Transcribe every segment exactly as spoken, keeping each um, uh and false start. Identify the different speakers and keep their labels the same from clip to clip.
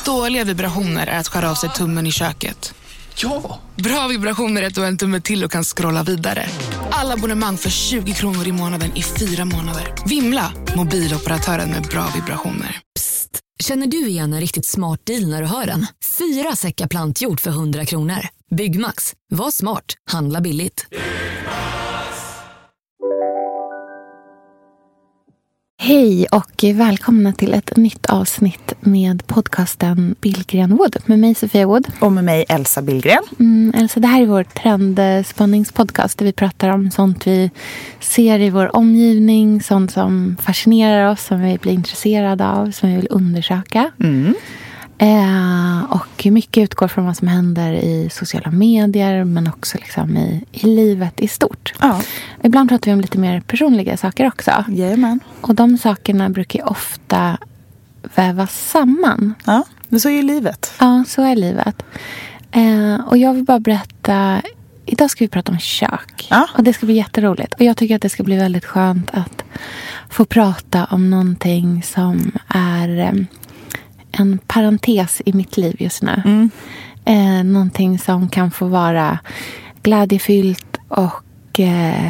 Speaker 1: Dåliga vibrationer är att skära av sig tummen i köket.
Speaker 2: Ja!
Speaker 1: Bra vibrationer är att du har en tumme till och kan scrolla vidare. Alla abonnemang för tjugo kronor i månaden i fyra månader. Vimla, mobiloperatören med bra vibrationer.
Speaker 3: Psst, känner du igen en riktigt smart deal när du hör den? Fyra säckar plantjord för hundra kronor. Byggmax, var smart, handla billigt.
Speaker 4: Hej och välkomna till ett nytt avsnitt med podcasten Billgren Wood. Med mig Sofia Wood.
Speaker 5: Och med mig Elsa Billgren.
Speaker 4: Mm, Elsa, det här är vår trendspanningspodcast där vi pratar om sånt vi ser i vår omgivning. Sånt som fascinerar oss, som vi blir intresserade av, som vi vill undersöka.
Speaker 5: Mm.
Speaker 4: Eh, och mycket utgår från vad som händer i sociala medier, men också liksom i, i livet i stort.
Speaker 5: Ja.
Speaker 4: Ibland pratar vi om lite mer personliga saker också.
Speaker 5: Jajamän.
Speaker 4: Och de sakerna brukar ju ofta vävas samman.
Speaker 5: Ja, men så är ju livet.
Speaker 4: Ja, så är livet. Eh, och jag vill bara berätta, idag ska vi prata om kök.
Speaker 5: Ja.
Speaker 4: Och det ska bli jätteroligt. Och jag tycker att det ska bli väldigt skönt att få prata om någonting som är eh, en parentes i mitt liv just nu.
Speaker 5: Mm.
Speaker 4: Eh, någonting som kan få vara glädjefyllt och eh,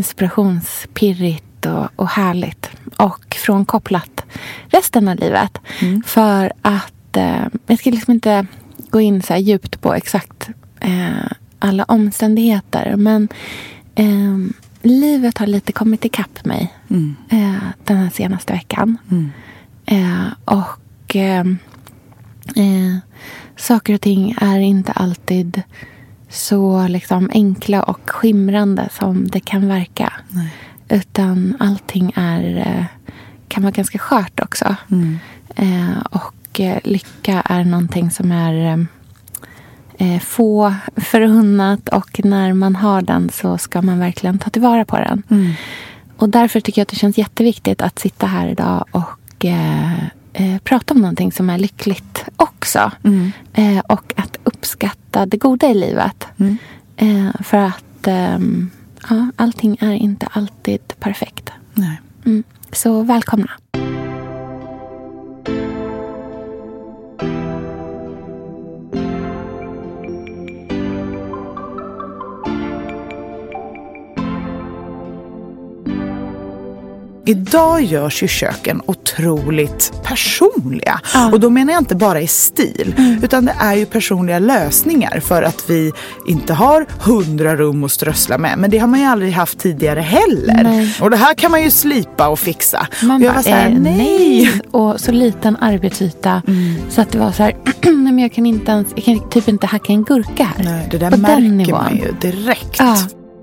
Speaker 4: inspirationspirrigt och, och härligt. Och frånkopplat resten av livet. Mm. För att eh, jag ska liksom inte gå in så här djupt på exakt eh, alla omständigheter. Men eh, livet har lite kommit ikapp mig mm. eh, den här senaste veckan. Mm. Eh, och eh, eh, saker och ting är inte alltid så liksom enkla och skimrande som det kan verka. Nej. Utan allting är, eh, kan vara ganska skört också. Mm. Eh, och eh, lycka är någonting som är eh, få förunnat. Och när man har den så ska man verkligen ta tillvara på den. Mm. Och därför tycker jag att det känns jätteviktigt att sitta här idag och eh, eh, prata om någonting som är lyckligt också. Mm. Eh, och att uppskatta det goda i livet. Mm. Eh, för att eh, ja, allting är inte alltid perfekt.
Speaker 5: Nej.
Speaker 4: Mm. Så välkomna.
Speaker 5: Idag görs ju köken otroligt personliga.
Speaker 4: Ja.
Speaker 5: Och då menar jag inte bara i stil. Mm. Utan det är ju personliga lösningar. För att vi inte har hundra rum att strössla med. Men det har man ju aldrig haft tidigare heller. Nej. Och det här kan man ju slipa och fixa.
Speaker 4: Man
Speaker 5: och jag var så här,
Speaker 4: eh,
Speaker 5: nej.
Speaker 4: nej. Och så liten arbetsyta. Mm. Så att det var så här, nej men jag kan inte ens, jag kan typ inte hacka en gurka här.
Speaker 5: Nej, det där
Speaker 4: på
Speaker 5: märker man ju direkt.
Speaker 4: Ja.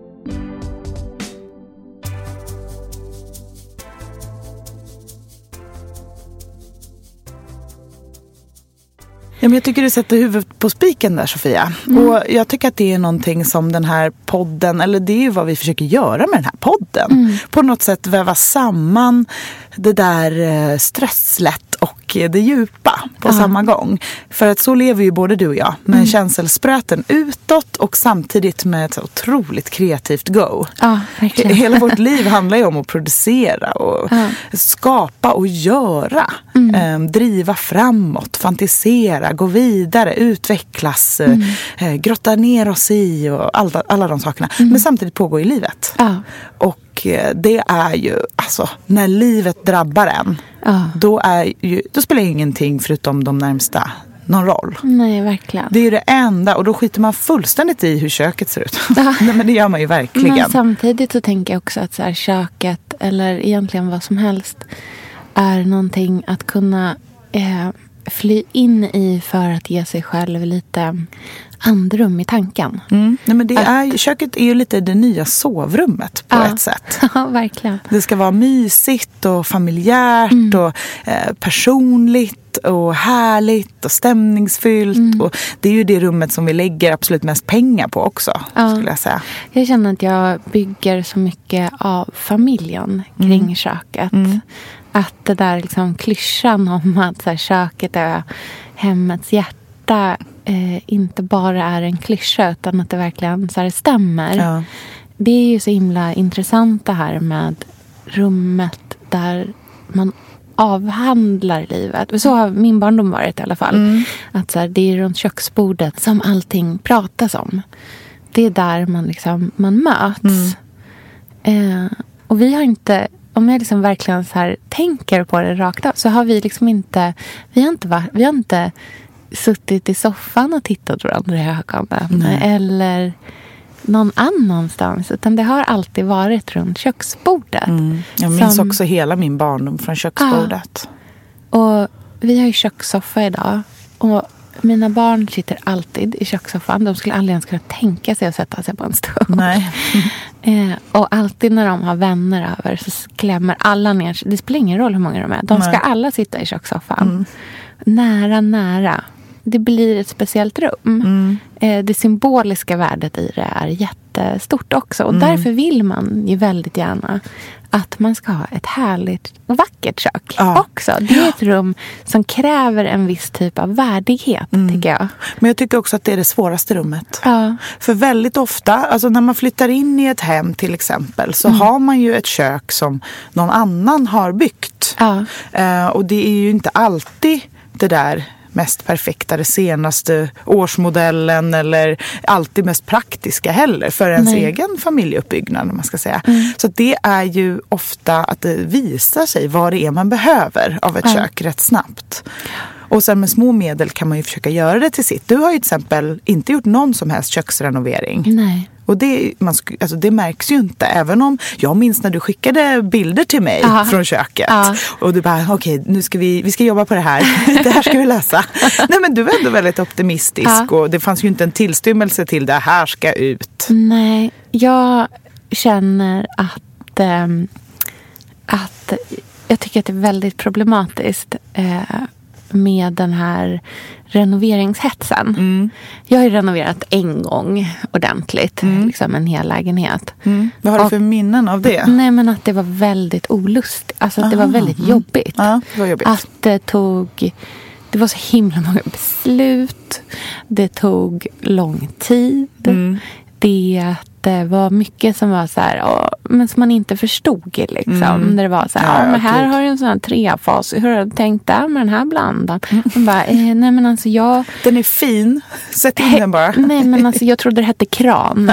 Speaker 5: Ja, men jag tycker du sätter huvudet på spiken där, Sofia. Mm. Och jag tycker att det är någonting som den här podden, eller det är ju vad vi försöker göra med den här podden. Mm. På något sätt väva samman det där stresslätt och det djupa på uh-huh. samma gång. För att så lever ju både du och jag med mm. känselspröten utåt och samtidigt med ett så otroligt kreativt go.
Speaker 4: Ja, verkligen.
Speaker 5: Hela vårt liv handlar ju om att producera och uh-huh. skapa och göra. Mm. Eh, driva framåt, fantisera, gå vidare, utvecklas, mm. eh, grotta ner oss i och alla, alla de sakerna. Mm. Men samtidigt pågår i livet.
Speaker 4: Uh-huh.
Speaker 5: Och det är ju, alltså, när livet drabbar en, ja. då, är ju, då spelar ju ingenting förutom de närmsta någon roll.
Speaker 4: Nej, verkligen.
Speaker 5: Det är ju det enda, och då skiter man fullständigt i hur köket ser ut. Ja. Nej, men det gör man ju verkligen.
Speaker 4: Men samtidigt så tänker jag också att så här, köket, eller egentligen vad som helst, är någonting att kunna eh, fly in i för att ge sig själv lite andrum i tanken.
Speaker 5: Mm. Nej, men det är, köket är ju lite det nya sovrummet på
Speaker 4: ja.
Speaker 5: ett sätt.
Speaker 4: Ja, verkligen.
Speaker 5: Det ska vara mysigt och familjärt mm. och eh, personligt och härligt och stämningsfyllt. Mm. Och det är ju det rummet som vi lägger absolut mest pengar på också, ja. skulle jag säga.
Speaker 4: Jag känner att jag bygger så mycket av familjen kring mm. köket. Mm. Att det där liksom klyschan om att så här, köket är hemmets hjärta eh, inte bara är en klyscha utan att det verkligen så här, stämmer. Ja. Det är ju så himla intressant det här med rummet där man avhandlar livet. Och så har min barndom varit i alla fall. Mm. Att så här, det är runt köksbordet som allting pratas om. Det är där man, liksom, man möts. Mm. Eh, och vi har inte... Om jag liksom verkligen så här tänker på det rakt av, så har vi liksom inte... Vi har inte, varit, vi har inte suttit i soffan och tittat varandra i ögonen. Eller någon annanstans. Utan det har alltid varit runt köksbordet. Mm.
Speaker 5: Jag minns som, också hela min barndom från köksbordet.
Speaker 4: Ja. Och vi har ju kökssoffa idag. Och mina barn sitter alltid i kökssoffan. De skulle aldrig ens kunna tänka sig att sätta sig på en stol.
Speaker 5: Nej.
Speaker 4: eh, och alltid när de har vänner över så klämmer alla ner. Det spelar ingen roll hur många de är. De ska Nej. alla sitta i kökssoffan. Mm. Nära, nära. Det blir ett speciellt rum. Mm. Eh, det symboliska värdet i det är jättestort också. Och mm. därför vill man ju väldigt gärna att man ska ha ett härligt och vackert kök ja. också. Det är ett rum som kräver en viss typ av värdighet, mm. tycker jag.
Speaker 5: Men jag tycker också att det är det svåraste rummet.
Speaker 4: Ja.
Speaker 5: För väldigt ofta, alltså när man flyttar in i ett hem till exempel, så mm. har man ju ett kök som någon annan har byggt.
Speaker 4: Ja.
Speaker 5: Eh, och det är ju inte alltid det där mest perfekta, det senaste årsmodellen eller alltid mest praktiska heller för ens Nej. egen familjeuppbyggnad, om man ska säga. Mm. Så det är ju ofta att det visar sig vad det är man behöver av ett ja. kök rätt snabbt. Och sen med små medel kan man ju försöka göra det till sitt. Du har ju till exempel inte gjort någon som helst köksrenovering.
Speaker 4: Nej.
Speaker 5: Och det, man, alltså det märks ju inte. Även om jag minns när du skickade bilder till mig Aha. från köket. Aha. Och du bara, okej, okay, nu ska vi, vi ska jobba på det här. Det här ska vi lösa. Nej, men du var ändå väldigt optimistisk. Aha. Och det fanns ju inte en tillstymmelse till det här ska ut.
Speaker 4: Nej, jag känner att, ähm, att jag tycker att det är väldigt problematiskt äh, med den här renoveringshetsen. Mm. Jag har ju renoverat en gång ordentligt, mm. liksom en hel lägenhet.
Speaker 5: Mm. Vad har du för minnen av det?
Speaker 4: Nej, men att det var väldigt olustigt. Alltså att det var väldigt
Speaker 5: mm.
Speaker 4: jobbigt.
Speaker 5: Ja, det var jobbigt.
Speaker 4: Att det tog... Det var så himla många beslut. Det tog lång tid. Mm. Det, det var mycket som var så här, åh, men som man inte förstod liksom. Mm. Där det var så här, ja, men här har du en sån här trefas. Hur har du tänkt där med den här blandan? Mm. Man bara, eh, nej men alltså jag...
Speaker 5: Den är fin. Sätt in den bara.
Speaker 4: Nej men alltså jag trodde det hette kran.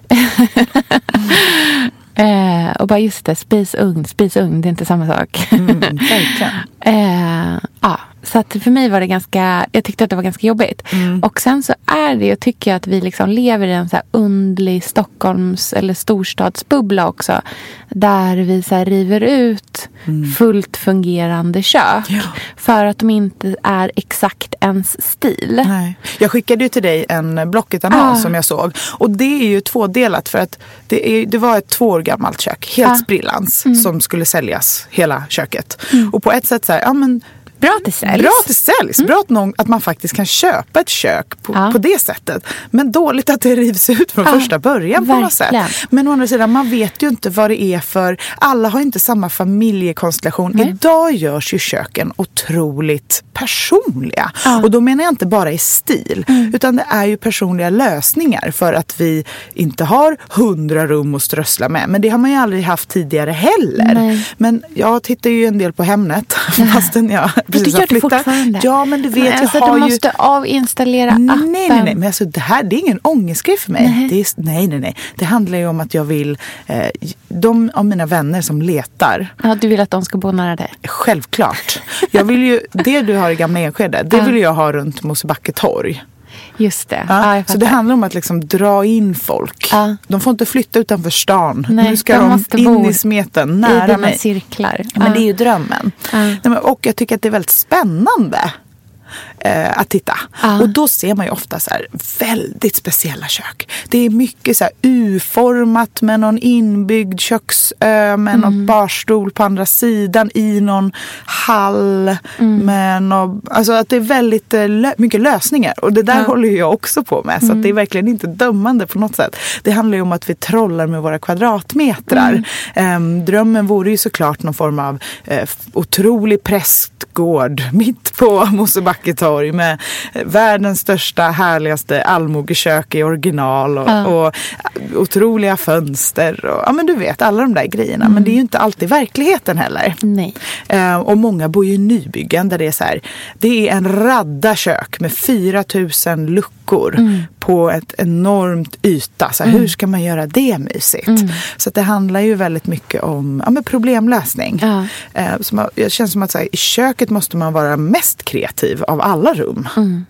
Speaker 4: eh, och bara just det, spisugn, spisugn, det är inte samma sak.
Speaker 5: Mm, verkligen.
Speaker 4: eh, ja. Så att för mig var det ganska, jag tyckte att det var ganska jobbigt. Mm. Och sen så är det, jag tycker att vi liksom lever i en så här undlig Stockholms eller storstadsbubbla också. Där vi så här river ut mm. fullt fungerande kök. Ja. För att de inte är exakt ens stil.
Speaker 5: Nej. Jag skickade ju till dig en Blocket-annons ah. som jag såg. Och det är ju tvådelat för att det, är, det var ett två år gammalt kök. Helt ah. sprillans mm. som skulle säljas, hela köket. Mm. Och på ett sätt så här, ja men
Speaker 4: Bra att det säljs.
Speaker 5: Bra att det säljs. Mm. Bra att, någon, att man faktiskt kan köpa ett kök på, ja. på det sättet. Men dåligt att det rivs ut från ja, första början på något sätt. Men å andra sidan, man vet ju inte vad det är för... Alla har inte samma familjekonstellation. Nej. Idag görs ju köken otroligt personliga. Ja. Och då menar jag inte bara i stil. Mm. Utan det är ju personliga lösningar för att vi inte har hundra rum att strössla med. Men det har man ju aldrig haft tidigare heller. Nej. Men jag tittar ju en del på Hemnet. Fastän jag...
Speaker 4: Precis, det gör du fortfarande.
Speaker 5: Ja, men du vet,
Speaker 4: men alltså,
Speaker 5: jag har
Speaker 4: du måste ju... avinstallera appen.
Speaker 5: Nej, nej, nej. Men alltså, det här det är ingen ångestgrej för mig. Nej. Det är, nej, nej, nej. Det handlar ju om att jag vill... Eh, de av mina vänner som letar...
Speaker 4: Ja, du vill att de ska bo nära dig?
Speaker 5: Självklart. Jag vill ju... Det du har i Gamla Enskede, det vill jag ha runt Mosebacke torg.
Speaker 4: Just det.
Speaker 5: Ja, ja, så det handlar om att liksom dra in folk. Ja. De får inte flytta utanför stan.
Speaker 4: Nej,
Speaker 5: nu ska de, de in i smeten, nära
Speaker 4: i
Speaker 5: mig.
Speaker 4: Cirklar.
Speaker 5: Ja, men det är ju drömmen. Ja. Nej, men, och jag tycker att det är väldigt spännande eh, att titta. Ja. Och då ser man ju ofta så här väldigt speciella kök. Det är mycket så här U-format med någon inbyggd köksö med mm. någon barstol på andra sidan i någon hall mm. med någon, alltså att det är väldigt lö- mycket lösningar. Och det där ja. håller jag också på med. Så mm. att det är verkligen inte dömande på något sätt. Det handlar ju om att vi trollar med våra kvadratmetrar. Mm. Eh, drömmen vore ju såklart någon form av eh, otrolig prästgård mitt på Mosebacke Backetorg med världens största, härligaste allmogekök i original och, ja. och otroliga fönster och ja, men du vet, alla de där grejerna. Mm. Men det är ju inte alltid verkligheten heller.
Speaker 4: Nej.
Speaker 5: Eh, och många bor ju i nybyggen där det är så här, det är en radda kök med fyra tusen luckor mm. på ett enormt yta. Så här, mm. hur ska man göra det mysigt? Mm. Så att det handlar ju väldigt mycket om ja, men problemlösning. Ja. Eh, så man, det känns som att så här, i köket måste man vara mest kreativ av alla rum. Mm.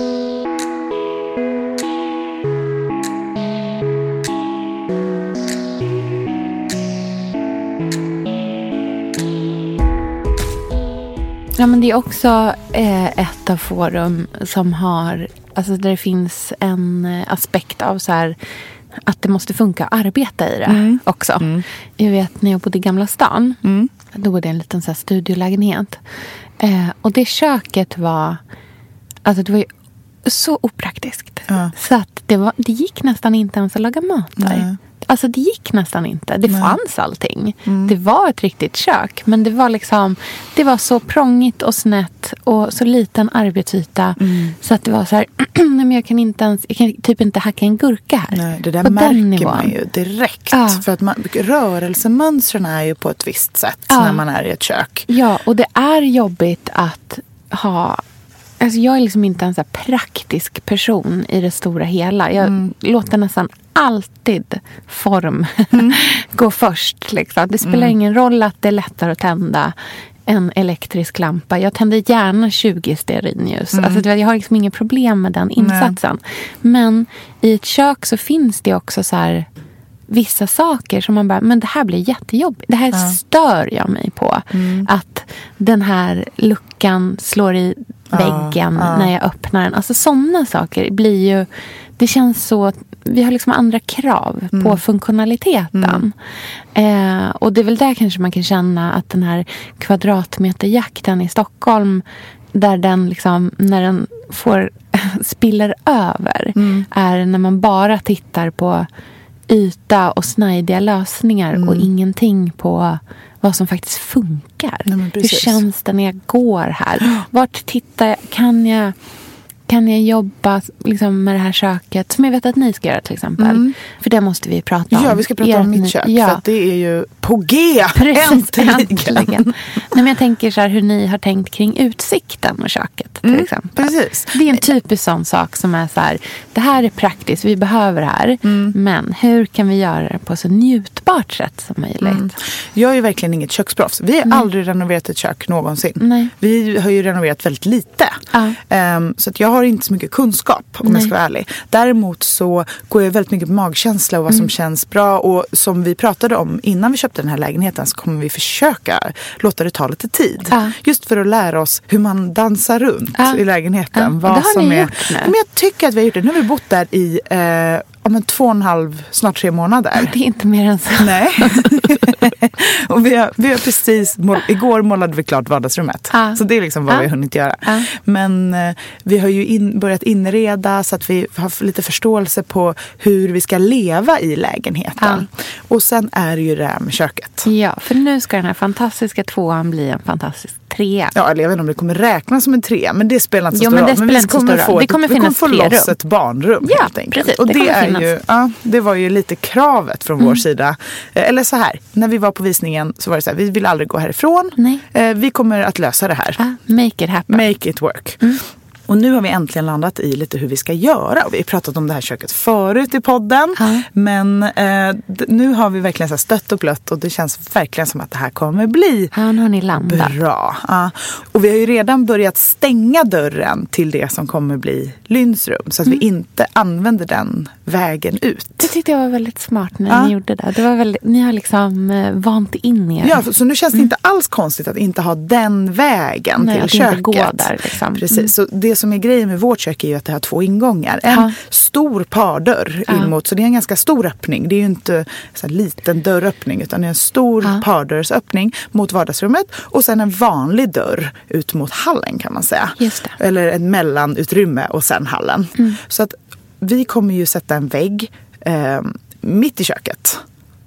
Speaker 4: Ja, men det är också eh, ett av forum som har, alltså där det finns en aspekt av så här att det måste funka att arbeta i det mm. också. Mm. Jag vet när jag bodde i Gamla stan, mm. då bodde jag i en liten så här studiolägenhet. Eh, och det köket var, alltså det var ju så opraktiskt. Ja. Så att det, var, det gick nästan inte ens att laga mat där. Nej. Alltså det gick nästan inte. Det Nej. fanns allting. Mm. Det var ett riktigt kök. Men det var liksom, det var så prångigt och snett och så liten arbetsyta. Mm. Så att det var så här, men jag kan inte ens, jag kan typ inte hacka en gurka här.
Speaker 5: Nej, det där på märker man ju direkt. Ja. För att man, rörelsemönstren är ju på ett visst sätt ja. när man är i ett kök.
Speaker 4: Ja, och det är jobbigt att ha. Alltså jag är liksom inte en så här praktisk person i det stora hela. Jag mm. låter nästan alltid form mm. gå först. Liksom. Det spelar mm. ingen roll att det är lättare att tända en elektrisk lampa. Jag tänder gärna tjugo stearinljus. Mm. Alltså, jag har liksom inga problem med den insatsen. Nej. Men i ett kök så finns det också så här vissa saker som man bara, men det här blir jättejobbigt. Det här ja. stör jag mig på. Mm. Att den här luckan slår i väggen ja, ja. när jag öppnar den. Alltså sådana saker blir ju, det känns så, vi har liksom andra krav mm. på funktionaliteten. Mm. Eh, och det är väl där kanske man kan känna att den här kvadratmeterjakten i Stockholm, där den liksom, när den får spiller över, mm. är när man bara tittar på yta och snajdiga lösningar mm. och ingenting på vad som faktiskt funkar. Nej, hur känns det när jag går här? Vart tittar jag? Kan jag, kan jag jobba liksom med det här köket som jag vet att ni ska göra till exempel? Mm. För det måste vi prata om.
Speaker 5: Ja, vi ska prata er, om mitt kök. Ja. För att det är ju på G.
Speaker 4: Precis, äntligen. äntligen. Nej, men jag tänker så här hur ni har tänkt kring utsikten och köket till mm, exempel.
Speaker 5: Precis.
Speaker 4: Det är en typisk sån sak som är så här, det här är praktiskt, vi behöver det här. Mm. Men hur kan vi göra det på så njutbart sätt som möjligt? Mm.
Speaker 5: Jag är ju verkligen inget köksproffs. Vi har Nej. aldrig renoverat ett kök någonsin. Nej. Vi har ju renoverat väldigt lite. Ja. Um, så att jag har inte så mycket kunskap om Nej. jag ska vara ärlig. Däremot så går jag väldigt mycket på magkänsla och vad som mm. känns bra. Och som vi pratade om innan vi köpte den här lägenheten så kommer vi försöka låta det ta lite tid. Ja. Just för att lära oss hur man dansar runt ja. i lägenheten.
Speaker 4: Ja.
Speaker 5: Vad
Speaker 4: det har
Speaker 5: som
Speaker 4: ni
Speaker 5: är...
Speaker 4: gjort nu.
Speaker 5: Men jag tycker att vi har gjort det. Nu har vi bott där i... Eh, om en två och en halv, snart tre månader.
Speaker 4: Det är inte mer än så.
Speaker 5: Nej. Och vi har, vi har precis, mål, igår målade vi klart vardagsrummet. Ah. Så det är liksom vad ah. vi har hunnit göra. Ah. Men eh, vi har ju in, börjat inreda så att vi har lite förståelse på hur vi ska leva i lägenheten. Ah. Och sen är det ju det här med köket.
Speaker 4: Ja, för nu ska den här fantastiska tvåan bli en fantastisk trea.
Speaker 5: Ja, eller jag vet inte om det kommer räknas som en trea, men det spelar inte så
Speaker 4: jo,
Speaker 5: stor roll.
Speaker 4: Men det
Speaker 5: men vi
Speaker 4: kommer,
Speaker 5: kommer få,
Speaker 4: det kommer
Speaker 5: vi
Speaker 4: finnas
Speaker 5: kommer få loss
Speaker 4: rum.
Speaker 5: ett barnrum
Speaker 4: ja,
Speaker 5: helt enkelt.
Speaker 4: Precis,
Speaker 5: och
Speaker 4: det,
Speaker 5: det, är
Speaker 4: finnas.
Speaker 5: ju, ja, det var ju lite kravet från mm. vår sida. Eller så här, när vi var på visningen så var det så här, vi vill aldrig gå härifrån.
Speaker 4: Nej.
Speaker 5: Eh, vi kommer att lösa det här.
Speaker 4: Ah, make it happen.
Speaker 5: Make it work. Mm. Och nu har vi äntligen landat i lite hur vi ska göra. Och vi har pratat om det här köket förut i podden. Ja. Men eh, d- nu har vi verkligen så här stött och blött. Och det känns verkligen som att det här kommer bli
Speaker 4: ja, nu har ni landat.
Speaker 5: Bra. Ja. Och vi har ju redan börjat stänga dörren till det som kommer bli Lynns rum. Så att mm. vi inte använder den vägen ut.
Speaker 4: Det tyckte jag var väldigt smart när ja. ni gjorde det. det var väldigt, ni har liksom eh, vant in er.
Speaker 5: Ja, så nu känns det mm. inte alls konstigt att inte ha den vägen Nej, till att köket. Inte gå där, liksom. Precis, mm. så det som är grejen med vårt kök är ju att det har två ingångar. En ja. stor pardörr ja. in mot, så det är en ganska stor öppning. Det är ju inte så här liten dörröppning utan det är en stor ja. pardörrsöppning mot vardagsrummet och sen en vanlig dörr ut mot hallen kan man säga.
Speaker 4: Just det.
Speaker 5: Eller ett mellanutrymme och sen hallen. Mm. Så att vi kommer ju sätta en vägg eh, mitt i köket.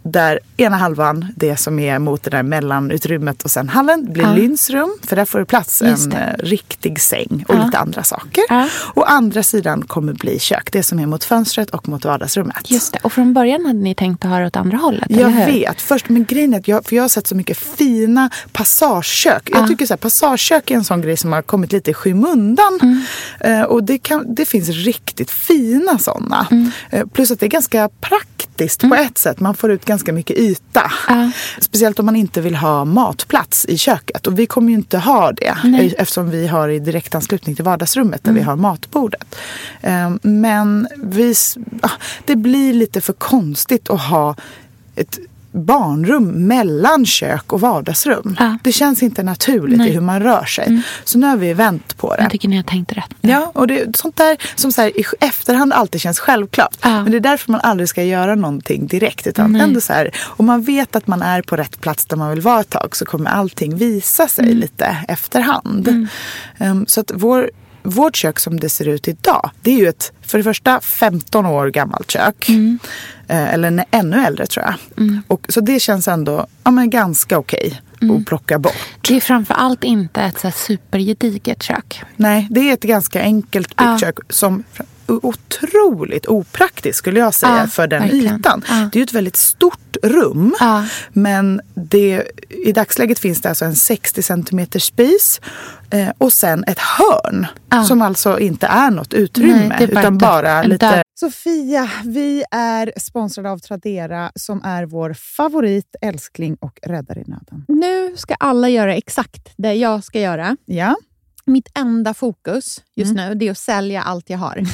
Speaker 5: där ena halvan, det som är mot det där mellanutrymmet och sen hallen, blir ja. Lynsrum. För där får det plats en det. riktig säng och ja. lite andra saker. Ja. Och andra sidan kommer bli kök. Det som är mot fönstret och mot vardagsrummet.
Speaker 4: Just det. Och från början hade ni tänkt att ha det åt andra hållet,
Speaker 5: jag
Speaker 4: eller hur?
Speaker 5: vet. Först, men grejen är att jag, för jag har sett så mycket fina passagekök. Jag ja. tycker så här, passagekök är en sån grej som har kommit lite i skymundan. Mm. Uh, och det, kan, det finns riktigt fina sådana. Mm. Uh, plus att det är ganska praktiskt mm. på ett sätt. Man får ut ganska mycket yta. Uh. Speciellt om man inte vill ha matplats i köket. Och vi kommer ju inte ha det. Nej. Eftersom vi har i direkt anslutning till vardagsrummet där mm. vi har matbordet. Uh, men vi, uh, det blir lite för konstigt att ha ett barnrum mellan kök och vardagsrum. Ja. Det känns inte naturligt Nej. i hur man rör sig. Mm. Så nu har vi vänt på det.
Speaker 4: Jag tycker ni har tänkt rätt.
Speaker 5: Ja, och det är sånt där som så här, i efterhand alltid känns självklart. Ja. Men det är därför man aldrig ska göra någonting direkt. Utan Nej. ändå så här, om man vet att man är på rätt plats där man vill vara ett tag, så kommer allting visa sig mm. lite efterhand. Mm. Um, så att vår Vårt kök som det ser ut idag, det är ju ett, för det första, femton år gammalt kök. Mm. Eh, eller en, ännu äldre, tror jag. Mm. Och, så det känns ändå ja, men ganska okej mm. att plocka bort.
Speaker 4: Det är framförallt inte ett så här supergediget kök.
Speaker 5: Nej, det är ett ganska enkelt byggt ja. kök som otroligt opraktiskt, skulle jag säga, ja, för den verkligen. ytan. Ja. Det är ju ett väldigt stort rum, ja. men det, i dagsläget finns det alltså en sextio centimeter spis eh, och sen ett hörn ja. som alltså inte är något utrymme. Nej, bara utan bara lite... Där. Sofia, vi är sponsrade av Tradera som är vår favorit, älskling och räddare i nöden.
Speaker 2: Nu ska alla göra exakt det jag ska göra.
Speaker 5: Ja.
Speaker 2: Mitt enda fokus just mm. nu, det är att sälja allt jag har.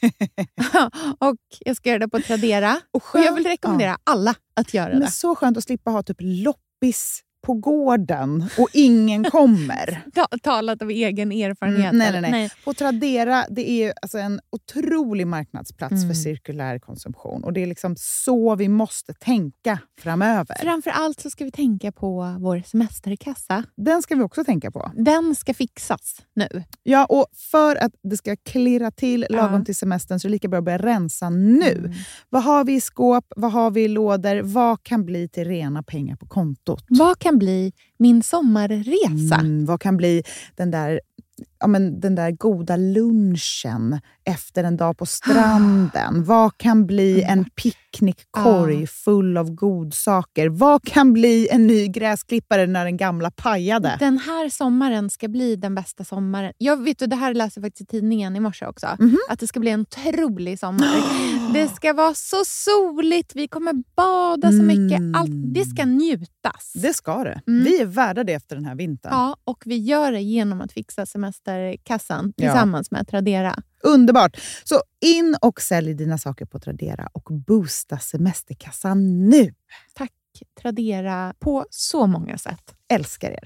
Speaker 2: Och jag ska göra det på Tradera. Och, skönt, och jag vill rekommendera ja. alla att göra det.
Speaker 5: Men så skönt att slippa ha typ loppis på gården och ingen kommer.
Speaker 2: Talat av egen erfarenhet.
Speaker 5: Mm, nej, nej, nej, nej. På Tradera, det är alltså en otrolig marknadsplats mm. för cirkulär konsumtion. Och det är liksom så vi måste tänka framöver.
Speaker 2: Framförallt så ska vi tänka på vår semesterkassa.
Speaker 5: Den ska vi också tänka på.
Speaker 2: Den ska fixas nu.
Speaker 5: Ja, och för att det ska klirra till lagom ja. till semestern så är det lika bra att börja rensa nu. Mm. Vad har vi i skåp? Vad har vi i lådor? Vad kan bli till rena pengar på kontot?
Speaker 2: Vad kan bli min sommarresa?
Speaker 5: Mm, vad kan bli den där, ja, men den där goda lunchen efter en dag på stranden? Vad kan bli en picknickkorg full av godsaker? Vad kan bli en ny gräsklippare när den gamla pajade?
Speaker 2: Den här sommaren ska bli den bästa sommaren. Jag vet, och det här läser jag faktiskt i tidningen i morse också. Mm-hmm. Att det ska bli en otrolig sommar. Det ska vara så soligt. Vi kommer bada så mycket. Allt, det ska njutas.
Speaker 5: Det ska det. Mm. Vi är värda det efter den här vintern.
Speaker 2: Ja, och vi gör det genom att fixa semesterkassan tillsammans ja. med Tradera.
Speaker 5: Underbart! Så in och sälj dina saker på Tradera och boosta semesterkassan nu.
Speaker 2: Tack Tradera på så många sätt.
Speaker 5: Älskar er.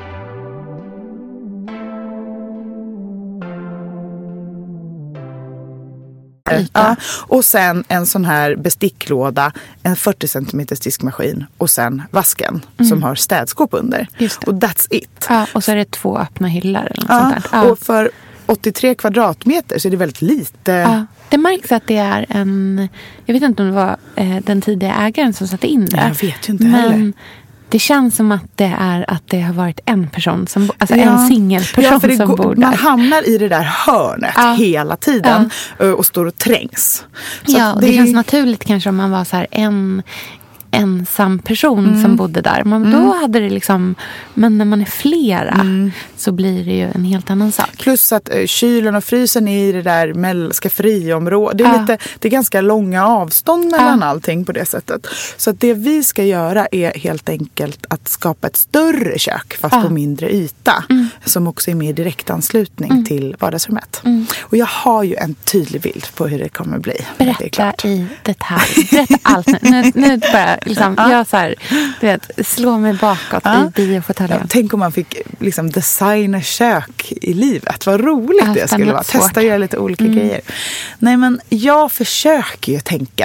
Speaker 5: Ja, och sen en sån här besticklåda, en fyrtio centimeter diskmaskin och sen vasken mm. som har städskåp under. Och that's it.
Speaker 4: Ja, och så är det två öppna hyllor eller något
Speaker 5: ja,
Speaker 4: sånt där. Ja.
Speaker 5: Och för åttiotre kvadratmeter så är det väldigt lite.
Speaker 4: Ja, det märks att det är en, jag vet inte om det var eh, den tidiga ägaren som satte in det.
Speaker 5: Jag vet ju inte heller.
Speaker 4: Men det känns som att det är att det har varit en person som, alltså ja. en singelperson ja, för det
Speaker 5: som
Speaker 4: går, bor där.
Speaker 5: Man hamnar i det där hörnet ja. hela tiden ja. och står och trängs.
Speaker 4: Så ja, och det, det känns naturligt kanske om man var så här en ensam person mm. som bodde där. Men då mm. hade det liksom, men när man är flera mm. så blir det ju en helt annan sak.
Speaker 5: Plus att uh, kylen och frysen är i det där skafferiområdet. Det är, ja. lite, det är ganska långa avstånd mellan ja. allting på det sättet. Så att det vi ska göra är helt enkelt att skapa ett större kök fast ja. på mindre yta. Mm. Som också är mer i direktanslutning mm. till vardagsrummet. Mm. Och jag har ju en tydlig bild på hur det kommer bli.
Speaker 4: Berätta
Speaker 5: det är klart.
Speaker 4: i detalj. Berätta allt nu. Nu, nu bara liksom, ja. jag så här, du vet, slå mig bakåt ja. i biofåtöljen. Ja,
Speaker 5: tänk om man fick liksom designa kök i livet. Vad roligt ja, det skulle vara. Testa att göra lite olika mm. grejer. Nej, men jag försöker ju tänka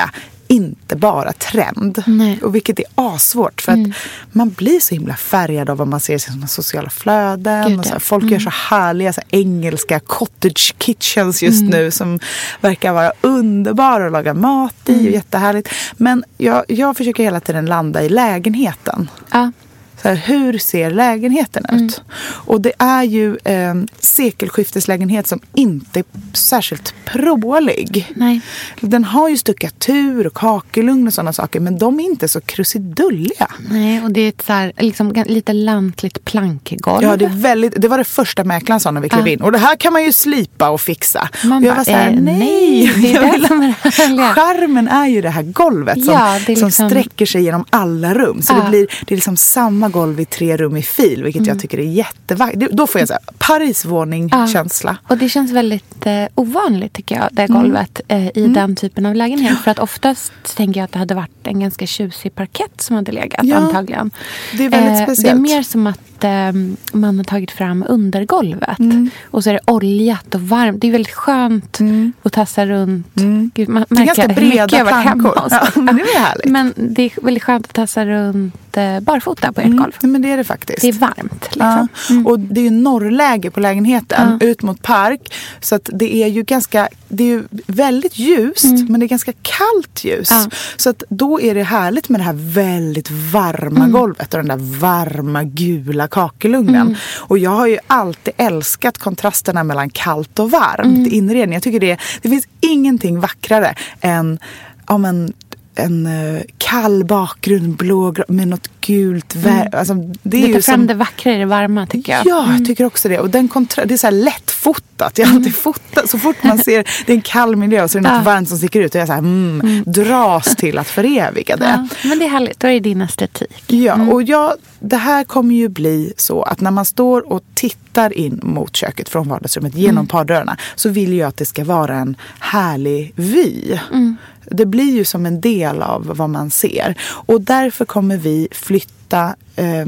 Speaker 5: inte bara trend.
Speaker 4: Nej.
Speaker 5: Och vilket är asvårt för
Speaker 4: Mm.
Speaker 5: att man blir så himla färgad av vad man ser i sina sociala flöden.
Speaker 4: Gud,
Speaker 5: och så här,
Speaker 4: ja.
Speaker 5: folk
Speaker 4: Mm.
Speaker 5: gör så härliga så här, engelska cottage kitchens just
Speaker 4: Mm.
Speaker 5: nu som verkar vara underbara att laga mat i
Speaker 4: Mm.
Speaker 5: och jättehärligt. Men jag, jag försöker hela tiden landa i lägenheten.
Speaker 4: Ja.
Speaker 5: Så här, hur ser lägenheten ut?
Speaker 4: Mm.
Speaker 5: Och det är ju eh, sekelskifteslägenhet som inte är särskilt prålig.
Speaker 4: Nej.
Speaker 5: Den har ju stuckatur och kakelugn och sådana saker, men de är inte så krusidulliga.
Speaker 4: Nej, och det är ett så här, liksom, lite lantligt plankgolv.
Speaker 5: Ja, det, är väldigt, det var det första mäklaren sa när vi klev
Speaker 4: Ja.
Speaker 5: in. Och det här kan man ju slipa och fixa.
Speaker 4: Man
Speaker 5: och jag
Speaker 4: bara,
Speaker 5: var så här,
Speaker 4: eh,
Speaker 5: nej.
Speaker 4: nej, det är
Speaker 5: Jag
Speaker 4: det
Speaker 5: vill-
Speaker 4: som är det härliga.
Speaker 5: Skärmen är ju det här golvet som,
Speaker 4: Ja, det är
Speaker 5: som
Speaker 4: liksom-
Speaker 5: sträcker sig genom alla rum. Så
Speaker 4: Ja.
Speaker 5: det blir det är liksom samma golv i tre rum i fil, vilket jag tycker är jättevackert. Då får jag så här, Parisvåning-känsla.
Speaker 4: Och det känns väldigt eh, ovanligt tycker jag, det golvet eh, i den typen av lägenhet. För att oftast tänker jag att det hade varit en ganska tjusig parkett som hade legat
Speaker 5: Ja,
Speaker 4: antagligen.
Speaker 5: det är väldigt
Speaker 4: Eh,
Speaker 5: speciellt.
Speaker 4: Det är mer som att eh, man har tagit fram undergolvet.
Speaker 5: Mm.
Speaker 4: Och så är det oljat och varmt. Det är väldigt skönt
Speaker 5: Mm.
Speaker 4: att tassa runt.
Speaker 5: Mm.
Speaker 4: Gud, man
Speaker 5: Det är
Speaker 4: märker
Speaker 5: ganska
Speaker 4: hur mycket
Speaker 5: breda
Speaker 4: jag har varit hemma
Speaker 5: plankor.
Speaker 4: hos.
Speaker 5: Ja, men det är härligt.
Speaker 4: Men det är väldigt skönt att tassa runt eh, barfota på ert
Speaker 5: Mm,
Speaker 4: golv.
Speaker 5: men det är det faktiskt.
Speaker 4: Det är varmt. Liksom.
Speaker 5: Ja.
Speaker 4: Mm.
Speaker 5: Och det är ju norrläge på lägenheten
Speaker 4: Ja.
Speaker 5: ut mot park. Så att det är ju ganska, det är ju väldigt ljust,
Speaker 4: Mm.
Speaker 5: men det är ganska kallt ljus.
Speaker 4: Ja.
Speaker 5: Så att då är det härligt med det här väldigt varma
Speaker 4: Mm.
Speaker 5: golvet och den där varma gula kakelugnen.
Speaker 4: Mm.
Speaker 5: Och jag har ju alltid älskat kontrasterna mellan kallt och varmt
Speaker 4: Mm.
Speaker 5: i inredning. Jag tycker det, det finns ingenting vackrare än ja, men, en uh, kall bakgrund, blå med något gult. Vär- alltså, det är
Speaker 4: Det tar
Speaker 5: ju
Speaker 4: fram
Speaker 5: som,
Speaker 4: det vackra i det varma tycker jag.
Speaker 5: Ja, jag tycker också det. Och den kontra- det är så här lättfotat. Jag har alltid fotat. Så fort man ser det är en kall miljö och så är det något
Speaker 4: Ja.
Speaker 5: varmt som sticker ut. Och jag så här, mm, dras till att föreviga det.
Speaker 4: Ja, men det är härligt, då är det din estetik.
Speaker 5: Ja, och jag, det här kommer ju bli så att när man står och tittar in mot köket från vardagsrummet genom pardörrarna så vill jag att det ska vara en härlig vy.
Speaker 4: Mm.
Speaker 5: Det blir ju som en del av vad man ser. Och därför kommer vi flytta eh,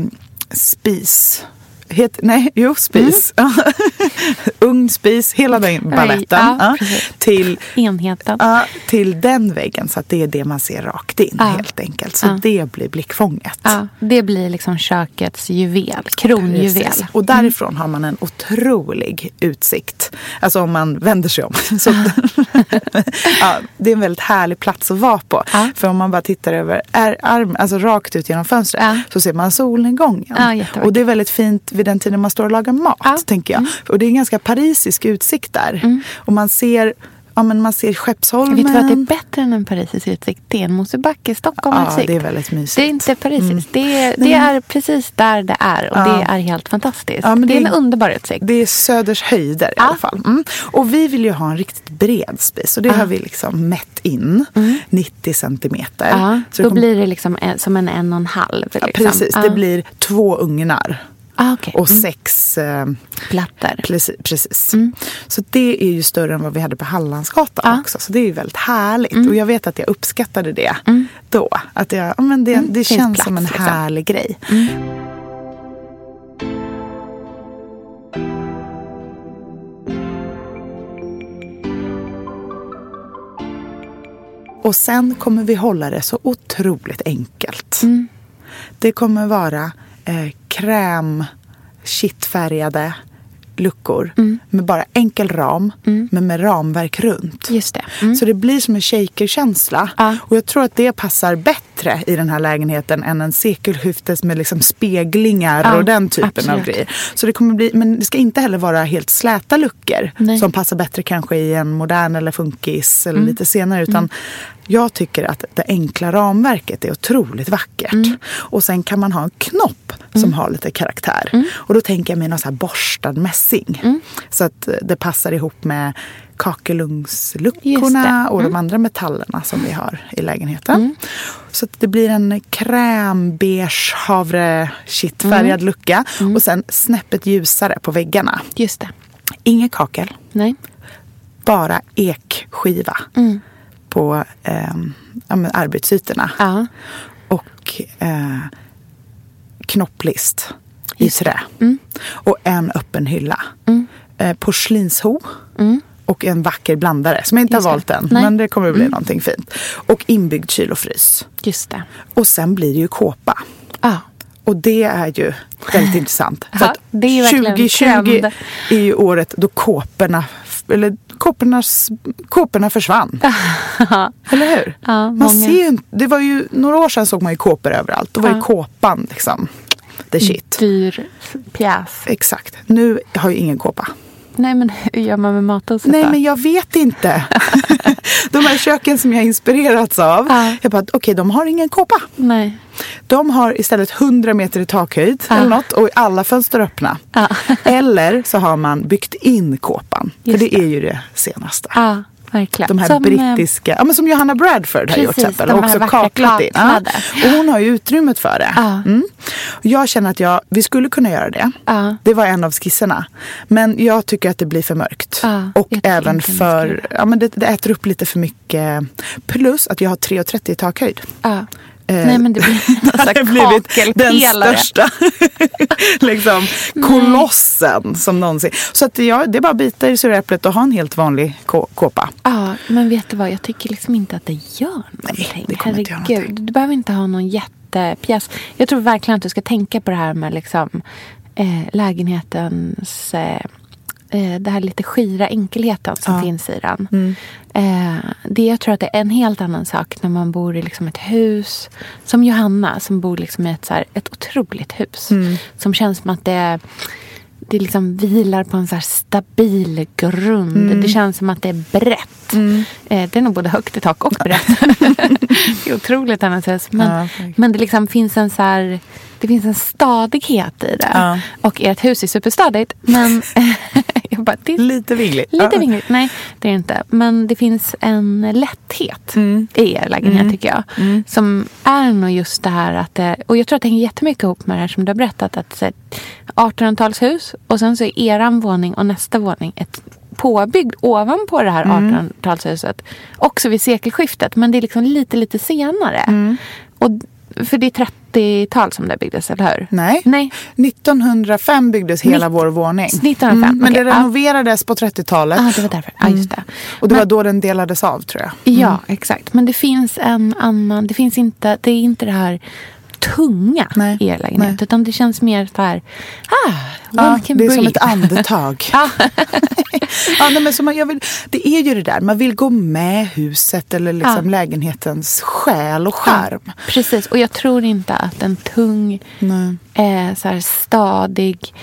Speaker 5: spis. Het, nej, jo, spis. Mm. Ugn, spis, hela den baletten.
Speaker 4: Ja,
Speaker 5: ja,
Speaker 4: precis.
Speaker 5: till,
Speaker 4: Enheten.
Speaker 5: ja, till den väggen så att det är det man ser rakt in
Speaker 4: Ja.
Speaker 5: helt enkelt. Så
Speaker 4: Ja.
Speaker 5: det blir blickfånget.
Speaker 4: Ja, det blir liksom kökets juvel, kronjuvel.
Speaker 5: Precis. Och därifrån har man en otrolig utsikt. Alltså om man vänder sig om. Så, ja, det är en väldigt härlig plats att vara på.
Speaker 4: Ja.
Speaker 5: För om man bara tittar över är, arm, alltså rakt ut genom fönstret
Speaker 4: Ja.
Speaker 5: så ser man solnedgången.
Speaker 4: Ja, jättevackert.
Speaker 5: Och det är väldigt fint vid den tiden man står och lagar mat,
Speaker 4: Ja.
Speaker 5: tänker jag. Och det är en ganska parisisk utsikt där.
Speaker 4: Mm.
Speaker 5: Och man ser, ja, men man ser Skeppsholmen.
Speaker 4: Vet du vad det är bättre än en parisisk utsikt? Det är en Mosebacke, Stockholm
Speaker 5: Ja,
Speaker 4: utsikt.
Speaker 5: det är väldigt mysigt.
Speaker 4: Det är inte parisiskt.
Speaker 5: Mm.
Speaker 4: Det, är, det är precis där det är. Och
Speaker 5: Ja.
Speaker 4: det är helt fantastiskt.
Speaker 5: Ja, men
Speaker 4: det är
Speaker 5: det-
Speaker 4: en underbar utsikt.
Speaker 5: Det är Söders höjder i
Speaker 4: Ja.
Speaker 5: alla fall. Mm. Och vi vill ju ha en riktigt bred spis. Och det
Speaker 4: Ja.
Speaker 5: har vi liksom mätt in. nittio centimeter.
Speaker 4: Ja,
Speaker 5: Så
Speaker 4: då
Speaker 5: det kom-
Speaker 4: blir det liksom en, som en en och en halv.
Speaker 5: ja,
Speaker 4: Liksom.
Speaker 5: precis,
Speaker 4: Ja.
Speaker 5: det blir två ugnar.
Speaker 4: Ah, okay.
Speaker 5: Och sex eh,
Speaker 4: plattor.
Speaker 5: precis. precis.
Speaker 4: Mm.
Speaker 5: Så det är ju större än vad vi hade på Hallandsgatan
Speaker 4: Ja.
Speaker 5: också. Så det är ju väldigt härligt.
Speaker 4: Mm.
Speaker 5: Och jag vet att jag uppskattade det
Speaker 4: Mm.
Speaker 5: då. Att jag, ja, men det,
Speaker 4: Mm,
Speaker 5: det
Speaker 4: finns
Speaker 5: känns
Speaker 4: plats,
Speaker 5: som en
Speaker 4: liksom.
Speaker 5: härlig grej.
Speaker 4: Mm.
Speaker 5: Och sen kommer vi hålla det så otroligt enkelt.
Speaker 4: Mm.
Speaker 5: Det kommer vara eh, kräm, kittfärgade luckor
Speaker 4: Mm.
Speaker 5: med bara enkel ram,
Speaker 4: Mm.
Speaker 5: men med ramverk runt.
Speaker 4: Just det. Mm.
Speaker 5: Så det blir som en shakerkänsla.
Speaker 4: Ja.
Speaker 5: Och jag tror att det passar bättre i den här lägenheten än en sekelskiftes med liksom speglingar
Speaker 4: Ja,
Speaker 5: och den typen
Speaker 4: absolut.
Speaker 5: av grejer. Så det kommer bli, men det ska inte heller vara helt släta luckor
Speaker 4: Nej.
Speaker 5: som passar bättre kanske i en modern eller funkis eller
Speaker 4: Mm.
Speaker 5: lite senare. Utan jag tycker att det enkla ramverket är otroligt vackert.
Speaker 4: Mm.
Speaker 5: Och sen kan man ha en knopp som har lite karaktär.
Speaker 4: Mm.
Speaker 5: Och då tänker jag mig någon så här borstad mässing.
Speaker 4: Mm.
Speaker 5: Så att det passar ihop med
Speaker 4: Just
Speaker 5: kakelugnsluckorna
Speaker 4: det.
Speaker 5: och de
Speaker 4: Mm.
Speaker 5: andra metallerna som vi har i lägenheten.
Speaker 4: Mm.
Speaker 5: Så att det blir en kräm, beige, havre, kittfärgad lucka.
Speaker 4: Mm.
Speaker 5: Och sen snäppet ljusare på väggarna.
Speaker 4: Just det.
Speaker 5: Inget kakel,
Speaker 4: Nej.
Speaker 5: bara ekskiva
Speaker 4: Mm.
Speaker 5: på eh, ja, men arbetsytorna.
Speaker 4: Ja.
Speaker 5: Och eh, knopplist i
Speaker 4: Just det.
Speaker 5: trä.
Speaker 4: Mm.
Speaker 5: Och en öppen hylla.
Speaker 4: Mm.
Speaker 5: Eh, porslinsho.
Speaker 4: Mm.
Speaker 5: och en vacker blandare som jag inte
Speaker 4: Just
Speaker 5: har valt
Speaker 4: det.
Speaker 5: än.
Speaker 4: Nej.
Speaker 5: Men det kommer att bli
Speaker 4: Mm.
Speaker 5: någonting fint. Och inbyggd kyl och frys.
Speaker 4: Just det.
Speaker 5: Och sen blir det ju kåpa.
Speaker 4: Ja.
Speaker 5: Och det är ju väldigt intressant. För
Speaker 4: Ja,
Speaker 5: att
Speaker 4: det är verkligen
Speaker 5: tjugo tjugo
Speaker 4: trend.
Speaker 5: är ju året då kåporna, eller kåpornas, kåporna försvann. Eller hur?
Speaker 4: Ja,
Speaker 5: man
Speaker 4: många.
Speaker 5: ser ju, det var ju, några år sedan såg man ju kåpor överallt. Då var
Speaker 4: Ja.
Speaker 5: ju kåpan liksom the shit.
Speaker 4: Dyr pjäs.
Speaker 5: Exakt. Nu har ju ingen kåpa.
Speaker 4: Nej, men hur gör man med mathuset
Speaker 5: Nej,
Speaker 4: då?
Speaker 5: men jag vet inte. De här köken som jag har inspirerats av.
Speaker 4: Ja.
Speaker 5: Jag bara, okej, okay, de har ingen kåpa.
Speaker 4: Nej.
Speaker 5: De har istället hundra meter i takhöjd
Speaker 4: Ja.
Speaker 5: eller något och alla fönster öppna.
Speaker 4: Ja.
Speaker 5: Eller så har man byggt in kåpan.
Speaker 4: Just
Speaker 5: för det
Speaker 4: det.
Speaker 5: är ju det senaste.
Speaker 4: Ja, verkligen.
Speaker 5: De här
Speaker 4: Som,
Speaker 5: brittiska, ja, men som Johanna Bradford har
Speaker 4: precis,
Speaker 5: gjort till exempel.
Speaker 4: de
Speaker 5: Och
Speaker 4: här
Speaker 5: också
Speaker 4: vackra
Speaker 5: kaklat in. Ja.
Speaker 4: kaklade.
Speaker 5: Och hon har ju utrymmet för det.
Speaker 4: Ja.
Speaker 5: Mm. Jag känner att jag, vi skulle kunna göra det.
Speaker 4: Ja.
Speaker 5: Det var en av skisserna. Men jag tycker att det blir för mörkt.
Speaker 4: Ja,
Speaker 5: och
Speaker 4: jag tycker
Speaker 5: även
Speaker 4: inte man
Speaker 5: för,
Speaker 4: ska göra.
Speaker 5: ja, men det, det äter upp lite för mycket. Plus att jag har tre komma trettio i takhöjd.
Speaker 4: Ja.
Speaker 5: Eh,
Speaker 4: Nej, men det blir
Speaker 5: det hade
Speaker 4: en
Speaker 5: blivit den
Speaker 4: kakelpelare.
Speaker 5: största liksom, kolossen som någonsin. Så att ja, det är bara att bita i suräpplet och ha en helt vanlig kå- kåpa.
Speaker 4: Ja, men vet du vad? Jag tycker liksom inte att det gör någonting.
Speaker 5: Nej, det kommer inte göra
Speaker 4: Herregud,
Speaker 5: någonting.
Speaker 4: du behöver inte ha någon jättepjäs. Jag tror verkligen att du ska tänka på det här med liksom, eh, lägenhetens... Eh, eh, det här lite skira enkelheten som
Speaker 5: Ja.
Speaker 4: finns i den.
Speaker 5: Mm.
Speaker 4: Eh, det, jag tror att det är en helt annan sak när man bor i liksom ett hus. Som Johanna som bor liksom i ett, så här, ett otroligt hus.
Speaker 5: Mm.
Speaker 4: Som känns som att det, det liksom vilar på en så här stabil grund.
Speaker 5: Mm.
Speaker 4: Det känns som att det är brett.
Speaker 5: Mm.
Speaker 4: Eh, det är nog både högt i tak och brett. Det är otroligt annars. Men,
Speaker 5: Ja, okej.
Speaker 4: men det liksom finns en så här... Det finns en stadighet i det.
Speaker 5: Ja.
Speaker 4: Och ert hus är superstadigt. Men jag bara, det är
Speaker 5: Lite vingligt.
Speaker 4: lite
Speaker 5: Ja.
Speaker 4: vingligt. Nej, det är det inte. Men det finns en lätthet
Speaker 5: Mm.
Speaker 4: i er lägenhet,
Speaker 5: Mm.
Speaker 4: tycker jag.
Speaker 5: Mm.
Speaker 4: Som är nog just det här att det, och jag tror att det hänger jättemycket ihop med det här som du har berättat. Att så här, artonhundratalshus och sen så är eran våning och nästa våning ett påbyggd ovanpå det här
Speaker 5: Mm.
Speaker 4: artonhundratalshuset. Också vid sekelskiftet. Men det är liksom lite, lite senare.
Speaker 5: Mm.
Speaker 4: Och, för det är trettiotal som det byggdes, eller hur?
Speaker 5: Nej.
Speaker 4: Nej.
Speaker 5: nittonhundrafem byggdes hela
Speaker 4: Nitt-
Speaker 5: vår våning.
Speaker 4: nittonhundrafem,
Speaker 5: Mm, men
Speaker 4: okej,
Speaker 5: det
Speaker 4: ja.
Speaker 5: renoverades på trettiotalet.
Speaker 4: Ah, det var därför. Ja, just det.
Speaker 5: Och det
Speaker 4: Men-
Speaker 5: var då den delades av, tror jag.
Speaker 4: Ja, exakt. Men det finns en annan... Det finns inte... Det är inte det här tunga
Speaker 5: Nej,
Speaker 4: i er lägenhet.
Speaker 5: nej.
Speaker 4: Utan det känns mer så här... Ah,
Speaker 5: Ja,
Speaker 4: one can
Speaker 5: det är
Speaker 4: breathe.
Speaker 5: som ett andetag.
Speaker 4: Ja.
Speaker 5: Ja, nej, men så man, jag vill, det är ju det där, man vill gå med huset eller liksom
Speaker 4: Ja.
Speaker 5: lägenhetens själ och charm.
Speaker 4: Precis. Och jag tror inte att en tung,
Speaker 5: Nej.
Speaker 4: eh, så här stadig,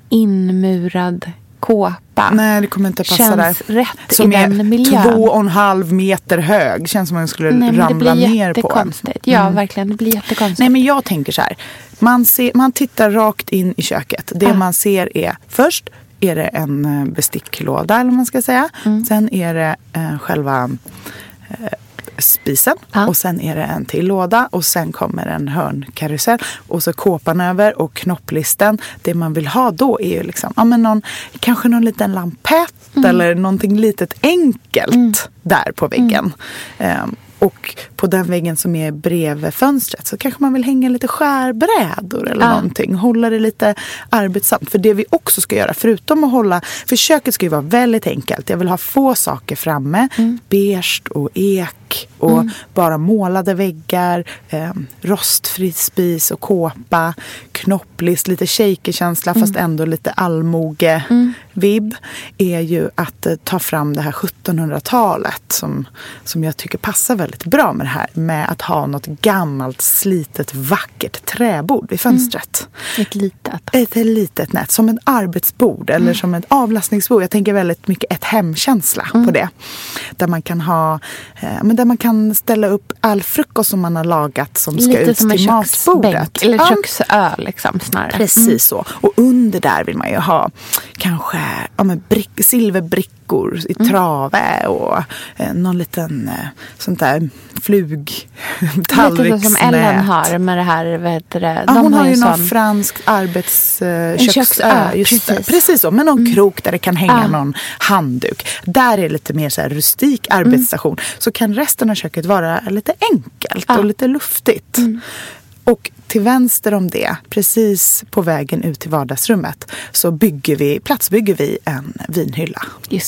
Speaker 4: inmurad kåpa
Speaker 5: Nej, det kommer inte passa
Speaker 4: känns
Speaker 5: där.
Speaker 4: rätt
Speaker 5: Som
Speaker 4: i den
Speaker 5: är
Speaker 4: miljön.
Speaker 5: två och en halv meter hög. Känns som om man skulle
Speaker 4: Nej, men det
Speaker 5: ramla
Speaker 4: blir
Speaker 5: ner på en.
Speaker 4: jättekonstigt. Ja, verkligen. Det blir jättekonstigt.
Speaker 5: Nej, men jag tänker så här. Man, ser, man tittar rakt in i köket. Det
Speaker 4: Ja.
Speaker 5: man ser är först är det en eh, besticklåda, eller vad man ska säga.
Speaker 4: Mm.
Speaker 5: Sen är det eh, själva eh, spisen.
Speaker 4: Ja.
Speaker 5: Och sen är det en till låda. Och sen kommer en hörnkarusell. Och så kåpan över och knopplisten. Det man vill ha då är ju liksom, ja, men någon, kanske någon liten lampett.
Speaker 4: Mm.
Speaker 5: Eller någonting litet enkelt
Speaker 4: Mm.
Speaker 5: där på väggen. Um, och på den väggen som är bredvid fönstret så kanske man vill hänga lite skärbrädor eller
Speaker 4: Ja.
Speaker 5: någonting. Hålla det lite arbetsamt. För det vi också ska göra, förutom att hålla... För köket ska ju vara väldigt enkelt. Jag vill ha få saker framme.
Speaker 4: Mm.
Speaker 5: Beige och ek och
Speaker 4: Mm.
Speaker 5: bara målade väggar. Eh, rostfri spis och kåpa. Knopplist, lite shakerkänsla fast ändå lite allmoge.
Speaker 4: Mm.
Speaker 5: Vibb är ju att eh, ta fram det här sjuttonhundratalet som, som jag tycker passar väldigt bra med det här. Med att ha något gammalt, slitet, vackert träbord vid fönstret.
Speaker 4: Ett litet.
Speaker 5: Ett litet nät, som ett arbetsbord eller
Speaker 4: Mm.
Speaker 5: som ett avlastningsbord. Jag tänker väldigt mycket ett hemkänsla
Speaker 4: Mm.
Speaker 5: på det. Där man kan ha, eh, men där man kan ställa upp all frukost som man har lagat som ska
Speaker 4: Lite
Speaker 5: ut
Speaker 4: som en
Speaker 5: till matbordet.
Speaker 4: köksbänk. Eller
Speaker 5: Ja.
Speaker 4: köksö liksom snarare.
Speaker 5: Precis
Speaker 4: Mm.
Speaker 5: så. Och under där vill man ju ha kanske ja, men brick, silverbrickor i trave och eh, någon liten eh, sånt där flug
Speaker 4: Lite så som Ellen har med det här, vad heter det?
Speaker 5: Ja,
Speaker 4: De
Speaker 5: hon har ju
Speaker 4: sån-
Speaker 5: någon fransk arbets eh,
Speaker 4: köksö,
Speaker 5: köksö. Just
Speaker 4: precis.
Speaker 5: precis. precis så. Med någon
Speaker 4: Mm.
Speaker 5: krok där det kan hänga
Speaker 4: Ja.
Speaker 5: någon handduk. Där är det lite mer så här rustik arbetsstation. Så kan resten av köket vara lite enkelt
Speaker 4: Ja.
Speaker 5: och lite luftigt.
Speaker 4: Mm.
Speaker 5: Och till vänster om det, precis på vägen ut till vardagsrummet, så bygger vi, platsbygger vi en vinhylla.
Speaker 4: Just det.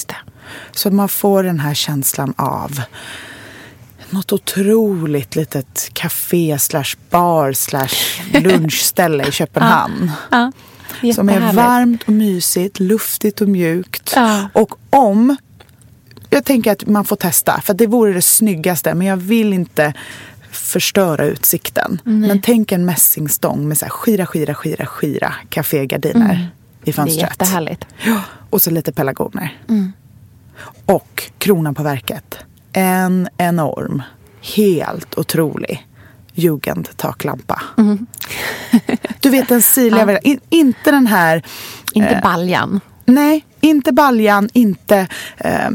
Speaker 5: Så man får den här känslan av något otroligt litet café slash bar slash lunchställe i Köpenhamn.
Speaker 4: Ja. Ja,
Speaker 5: som är varmt och mysigt, luftigt och mjukt. Ja. Och om, jag tänker att man får testa, för det vore det snyggaste, men jag vill inte förstöra utsikten. Mm. Men tänk en mässingstång med så här skira, skira, skira, skira kafégardiner mm. i fönstret.
Speaker 4: Det är jättehärligt.
Speaker 5: Ja, och så lite pelargoner.
Speaker 4: Mm.
Speaker 5: Och kronan på verket. En enorm, helt otrolig jugendtaklampa. Mm. Du vet den sirliga, ja. In, inte den här...
Speaker 4: Inte eh, baljan.
Speaker 5: Nej, inte baljan, inte eh,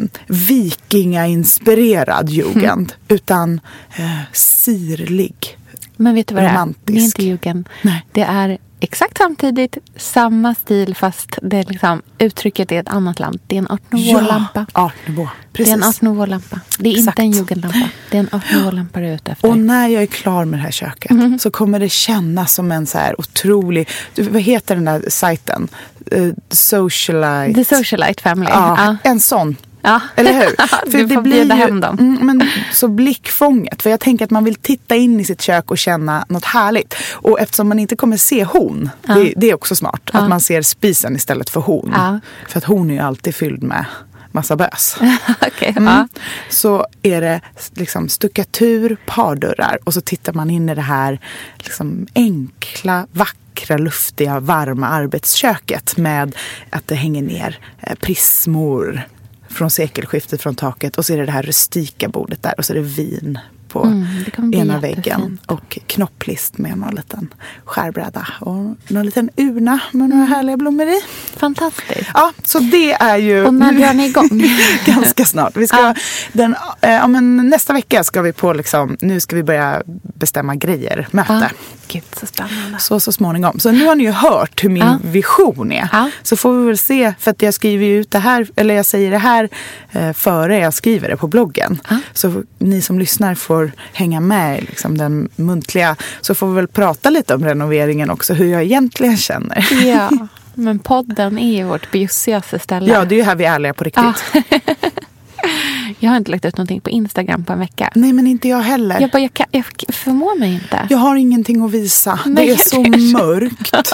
Speaker 5: vikingainspirerad jugend, mm. utan eh, sirlig.
Speaker 4: Men vet du vad
Speaker 5: romantisk.
Speaker 4: Det är? Det är inte jugend.
Speaker 5: Nej.
Speaker 4: Det är exakt samtidigt samma stil, fast det är liksom, uttrycket är ett annat land. Det är en art nouveau-lampa.
Speaker 5: Ja, art nouveau. Precis.
Speaker 4: Det är en art nouveau-lampa. Det är exakt. Inte en jugendlampa. Det är en art nouveau-lampa du är ute efter.
Speaker 5: Och när jag är klar med det här köket mm. så kommer det kännas som en så här otrolig... Vad heter den där sajten? Uh, Socialite.
Speaker 4: The Socialite Family.
Speaker 5: Ja, ja. En sån.
Speaker 4: Ja.
Speaker 5: Eller hur?
Speaker 4: För du får det blir ju, hem dem.
Speaker 5: Mm, men så blickfånget. För jag tänker att man vill titta in i sitt kök och känna något härligt. Och eftersom man inte kommer se hon, ja. det, det är också smart. Ja. Att man ser spisen istället för hon. Ja. För att hon är ju alltid fylld med massa bös.
Speaker 4: Okay,
Speaker 5: mm.
Speaker 4: ja.
Speaker 5: Så är det liksom stuckatur, pardörrar. Och så tittar man in i det här liksom enkla, vackra, luftiga, varma arbetsköket. Med att det hänger ner eh, prismor från sekelskiftet från taket. Och så är det det här rustika bordet där. Och så är det vin på mm, ena väggen. Och knopplist med någon liten skärbräda. Och någon liten urna med några härliga blommor i.
Speaker 4: Fantastiskt.
Speaker 5: Ja, så det är ju...
Speaker 4: Och när drar ni igång?
Speaker 5: Ganska snart. Vi ska, ja. den, ja, men nästa vecka ska vi på liksom... Nu ska vi börja bestämma grejer. Möte.
Speaker 4: Ja. Gud, så spännande.
Speaker 5: Så, så småningom. Så nu har ni ju hört hur min ja. vision är. Ja. Så får vi väl se. För att jag skriver ju ut det här. Eller jag säger det här eh, före jag skriver det på bloggen. Ja. Så ni som lyssnar får hänga med liksom den muntliga, så får vi väl prata lite om renoveringen också, hur jag egentligen känner.
Speaker 4: Ja, men podden är ju vårt bjussigaste ställe.
Speaker 5: Ja, det är ju här vi är ärliga på riktigt.
Speaker 4: Ja. Jag har inte lagt ut någonting på Instagram på en vecka.
Speaker 5: Nej, men inte jag heller.
Speaker 4: Jag, bara, jag, kan, jag förmår mig inte.
Speaker 5: Jag har ingenting att visa. Nej, det är så mörkt.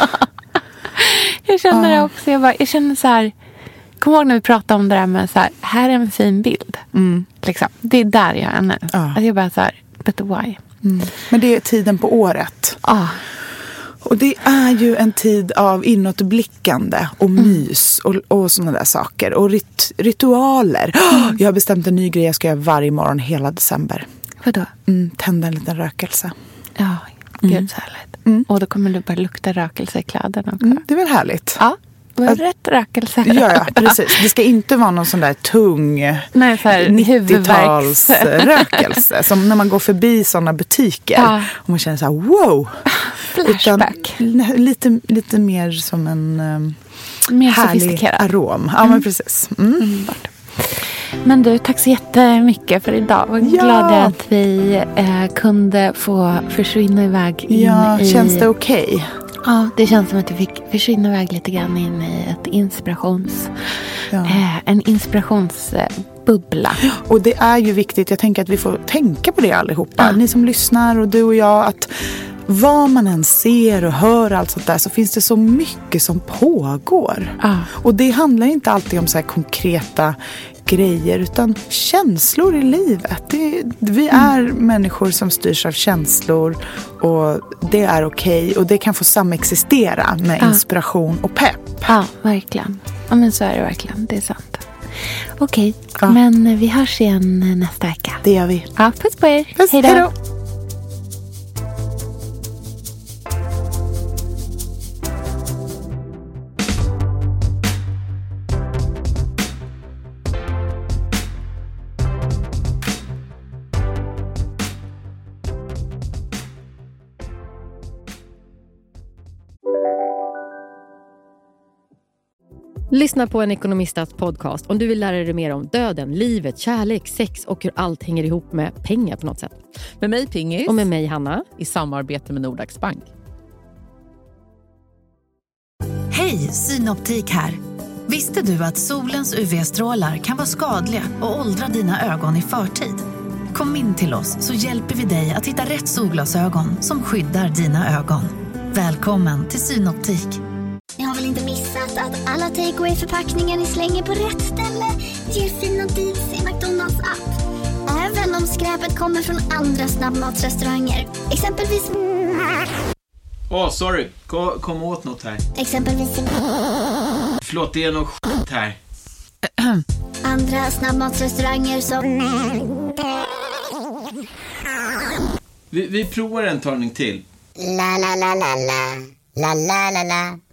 Speaker 4: Jag känner det också. Jag, bara, jag känner så här... Kom ihåg när vi pratade om det där med så här, här är en fin bild. Mm. Liksom. Det är där jag är nu. Ja. Alltså jag bara så här, but why?
Speaker 5: Mm. Men det är tiden på året.
Speaker 4: Ah.
Speaker 5: Och det är ju en tid av inåtblickande och mys mm. och, och sådana där saker. Och rit, ritualer. Mm. Jag har bestämt en ny grej jag ska göra varje morgon hela december.
Speaker 4: Vadå?
Speaker 5: Mm, tända en liten rökelse.
Speaker 4: Ja, gud mm. så härligt. Mm. Och då kommer du bara lukta rökelse i kläderna också.
Speaker 5: Mm, det är väl härligt?
Speaker 4: Ja. Var rätt rökelse.
Speaker 5: Ja, ja, precis. Det ska inte vara någon sån där tung nittio-talsrökelse. Som när man går förbi såna butiker. Ja. Och man känner så här, wow!
Speaker 4: Flashback.
Speaker 5: Utan, lite, lite mer som en um,
Speaker 4: mer
Speaker 5: härlig arom. Ja, mm. men precis. Mm. Mm.
Speaker 4: Men du, tack så jättemycket för idag. Jag är ja. glad att vi eh, kunde få försvinna iväg in
Speaker 5: ja,
Speaker 4: i...
Speaker 5: Känns det okej? Okay?
Speaker 4: Ja, det känns som att vi fick försvinna iväg lite grann in i ett inspirations, ja. eh, en inspirationsbubbla. Eh,
Speaker 5: och det är ju viktigt, jag tänker att vi får tänka på det allihopa. Ja. Ni som lyssnar och du och jag, att vad man än ser och hör allt sånt där, så finns det så mycket som pågår. Ja. Och det handlar inte alltid om så här konkreta grejer, utan känslor i livet. Det, vi är mm. människor som styrs av känslor, och det är okej, och det kan få samexistera med ja. inspiration och pepp.
Speaker 4: Ja, verkligen. Ja, men så är det verkligen. Det är sant. Okej, ja. men vi hörs igen nästa vecka.
Speaker 5: Det gör vi.
Speaker 4: Ja, puss på er.
Speaker 5: Puss, hej då.
Speaker 6: Lyssna på en ekonomistats podcast om du vill lära dig mer om döden, livet, kärlek, sex och hur allt hänger ihop med pengar på något sätt.
Speaker 7: Med mig Pingis.
Speaker 6: Och med mig Hanna.
Speaker 7: I samarbete med Nordax Bank.
Speaker 8: Hej, Synoptik här. Visste du att solens U V-strålar kan vara skadliga och åldra dina ögon i förtid? Kom in till oss så hjälper vi dig att hitta rätt solglasögon som skyddar dina ögon. Välkommen till Synoptik.
Speaker 9: Ni har väl inte missat att alla takeaway-förpackningar ni slänger på rätt ställe ger fina deals i McDonalds app. Även om skräpet kommer från andra snabbmatsrestauranger. Exempelvis...
Speaker 10: Åh, oh, sorry. Kom, kom åt något här.
Speaker 9: Exempelvis...
Speaker 10: Förlåt, det är något skit här.
Speaker 9: Andra snabbmatsrestauranger som...
Speaker 10: Vi, vi provar en talning till.
Speaker 9: La la la la la. La la la la.